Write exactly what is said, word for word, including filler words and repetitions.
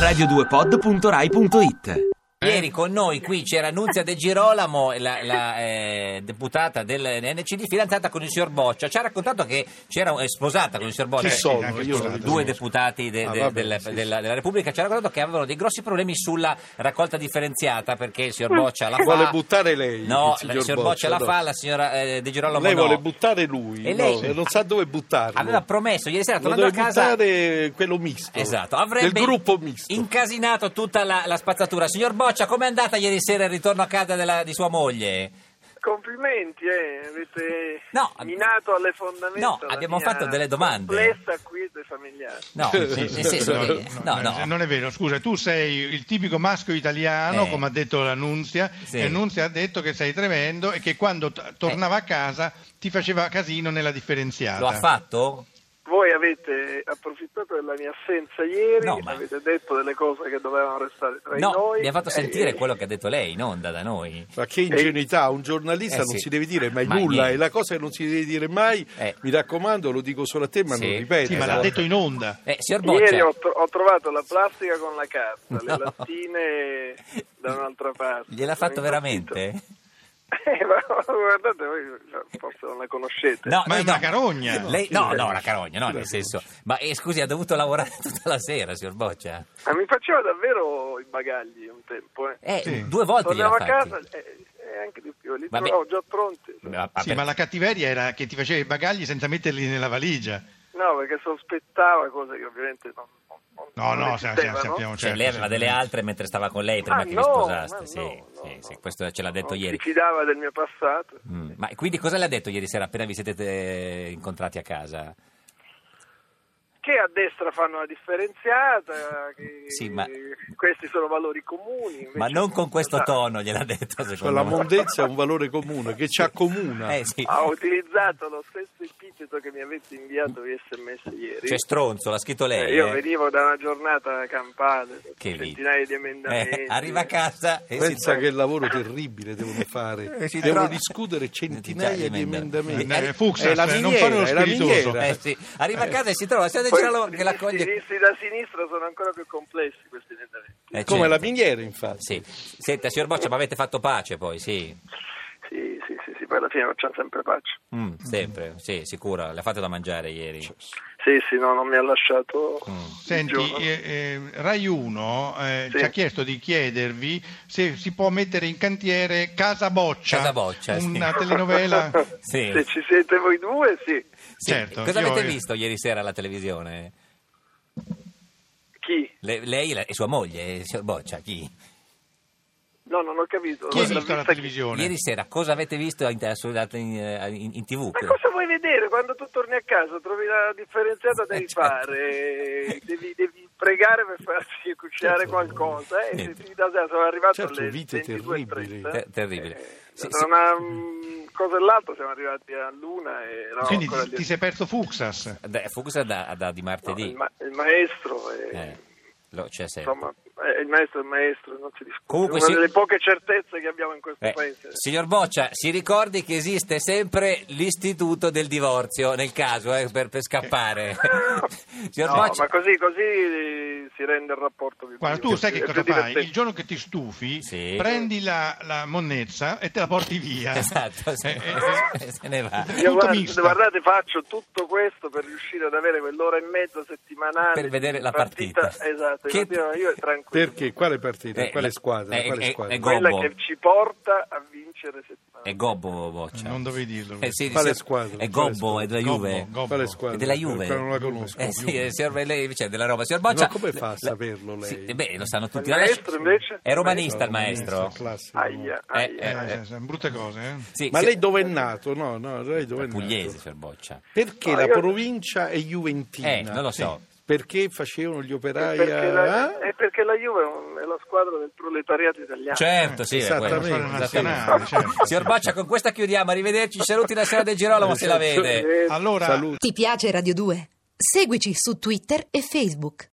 radio due pod punto rai punto it. Ieri con noi qui c'era Nunzia De Girolamo, la, la eh, deputata del N C D, fidanzata con il signor Boccia. Ci ha raccontato che c'era eh, sposata con il signor Boccia. Chi sono? Io due conosco. deputati de, Ah, de, vabbè, del, sì, della, della Repubblica. Ci ha raccontato che avevano dei grossi problemi sulla raccolta differenziata perché il signor Boccia la fa. Vuole buttare lei? No, il signor, il signor Boccia, Boccia la no. fa, la signora eh, De Girolamo Lei no. vuole buttare lui, E lei- no, non sa dove buttarlo. Aveva promesso ieri sera Lo tornando deve a casa. buttare quello misto. Esatto, avrebbe del gruppo misto. incasinato tutta la, la spazzatura. Signor Boccia, com'è andata ieri sera il ritorno a casa della, di sua moglie? Complimenti, eh, avete No, minato alle fondamenta. no, la abbiamo mia fatto delle domande. Complessa quiete familiare. No, nel nel senso No, che no, no. non è vero, scusa, tu sei il tipico maschio italiano, Eh. come ha detto la Nunzia, Sì. e Nunzia ha detto che sei tremendo e che quando t- tornava a casa ti faceva casino nella differenziata. Lo ha fatto? Voi avete approfittato della mia assenza ieri, No, ma- avete detto delle cose che dovevano restare tra No, noi. mi ha fatto e- sentire quello che ha detto lei in onda da noi. Ma che ingenuità, un giornalista Eh, non sì. si deve dire mai Ma nulla, niente. e la cosa che non si deve dire mai, Eh. mi raccomando, lo dico solo a te, ma Sì. non ripeto. Sì, ma l'ha Esatto. detto in onda. Eh, signor Ieri Boccia, ho, tro- ho trovato la plastica con la carta, No. le lattine da un'altra parte. gliel'ha fatto Sono veramente? impazzito. Eh, ma guardate, voi forse non la conoscete. No, Ma noi è no. una carogna. Lei, no, no, la carogna, no, nel senso. Ma eh, scusi, ha dovuto lavorare tutta la sera, signor Boccia? Ma mi faceva davvero i bagagli un tempo. Eh. Eh, Sì. due volte gliel'ha Tornavo a fatti. casa e eh, anche di più, li Vabbè. trovavo già pronti. Ma- Sì, ma la cattiveria era che ti faceva i bagagli senza metterli nella valigia. No, perché sospettava cose che ovviamente non, non, No, non no, sa- sa- esistevano. sappiamo. Cioè, certo, lei aveva sì. delle altre mentre stava con lei prima Ma che vi no, sposaste. ma Sì, no, sì, no, sì, no. questo ce l'ha detto Non ieri. si fidava del mio passato. Mm, Ma quindi cosa le ha detto ieri sera appena vi siete eh, incontrati a casa? Che a destra fanno la differenziata, che Sì, ma- questi sono valori comuni. invece- Ma non con questo Esatto. tono gliel'ha detto, Cioè, secondo la me. mondezza è un valore comune, che ci accomuna. Eh sì, Ha utilizzato lo stesso epiteto che mi avete inviato via sms ieri. c'è stronzo, l'ha scritto lei. Eh, io eh. venivo da una giornata campale, Che centinaia di Eh, emendamenti. arriva a casa e si Pensa trova- che lavoro terribile devono fare. Eh, si Devono trova- discutere centinaia di emendamenti. Eh, Fuxas, È la eh, non miniera, fare lo è la spiritoso. miniera. Eh, sì. Arriva a casa e si trova la signora De Poi Girolamo che la visti- coglie. visti da sinistra sono ancora più complessi questi emendamenti. Eh, Come certo. la miniera, infatti. Sì. Senta, signor Boccia, ma avete fatto pace poi, sì? Sì, sì, sì, sì, poi alla fine facciamo sempre pace. Mm, sempre, sì, sicura. Le ha fatto da mangiare ieri? Sì, sì, no, non mi ha lasciato Mm. il Senti, giorno. eh, eh, Rai uno eh, Sì. ci ha chiesto di chiedervi se si può mettere in cantiere Casa Boccia, Casa Boccia, sì. una telenovela. Sì. Se ci siete voi due, sì. Sì. Certo, Cosa io- avete visto ieri sera alla televisione? Chi? Le- lei e sua moglie, eh, signor Boccia, chi? No, non ho capito. Chi hai L'ho visto alla vista chi? televisione? Ieri sera cosa avete visto in, in, in, in tivù? Ma cosa vuoi vedere? Quando tu torni a casa trovi la differenziata, devi Eh, certo. fare, devi, devi pregare per farsi cucinare Certo. qualcosa. Eh, Niente. se ti da- sono arrivato Certo, alle vite ventidue e terribili. trenta. Ter- terribile. Eh, Sì, tra sì. una mm, cosa e l'altra siamo arrivati all'una e eravamo Quindi ancora ti, lì. ti sei perso Fuxas. Da- Fuchs da, da- di No, martedì. il, ma- il maestro è, Eh, lo- c'è sempre. insomma, è il maestro è il maestro, non si discute. Comunque Una sì. delle poche certezze che abbiamo in questo Eh, paese. signor Boccia, si ricordi che esiste sempre l'istituto del divorzio nel caso eh, per, per scappare. Signor No, Boccia, ma così, così si rende il rapporto più Guarda, tu più- sai che è cosa più fai? divertente. Il giorno che ti stufi, Sì. prendi la, la monnezza e te la porti via. esatto, se, Eh, eh, se ne va. Io tutto guarda- misto. guardate, faccio tutto questo per riuscire ad avere quell'ora e mezza settimanale Per vedere di la partita. Esatto, Che- io, io tranquillo. Perché? Quale partita? Eh, Quale la- squadra? eh, Quale eh, squadra? eh, Quella Gobbo. che ci porta a vincere settimanale. È Gobbo Boccia. Non dovevi dirlo. Eh, sì, Quale sì, squadra? È Quale Gobbo, squadra? è della Juve. Gobbo, Gobbo. Quale squadra? È della Juve. Quella non la conosco. Eh sì, eh, signor, lei c'è della roba. Signor Boccia, Ma come fa a la- saperlo lei? Sì, eh, beh, lo sanno tutti. Il maestro, invece? È romanista il No, maestro. classico. Aia, Eh, aia. eh, Eh, eh, sono brutte cose, eh? Sì, Ma sì. lei dove è nato? No, no, lei dove è nato? Pugliese, signor Boccia. Perché No, la io- provincia è juventina? Eh, non lo so. Perché facevano gli È operai perché, la, a... è perché la Juve è un- è la squadra del proletariato italiano. Certo, sì, è Esattamente. quello. Storia Esattamente. nazionale, certo. Signor Boccia, con questa chiudiamo. Arrivederci. Saluti la signora De Girolamo se la vede. Eh, Allora, Saluti. Ti piace Radio due? Seguici su Twitter e Facebook.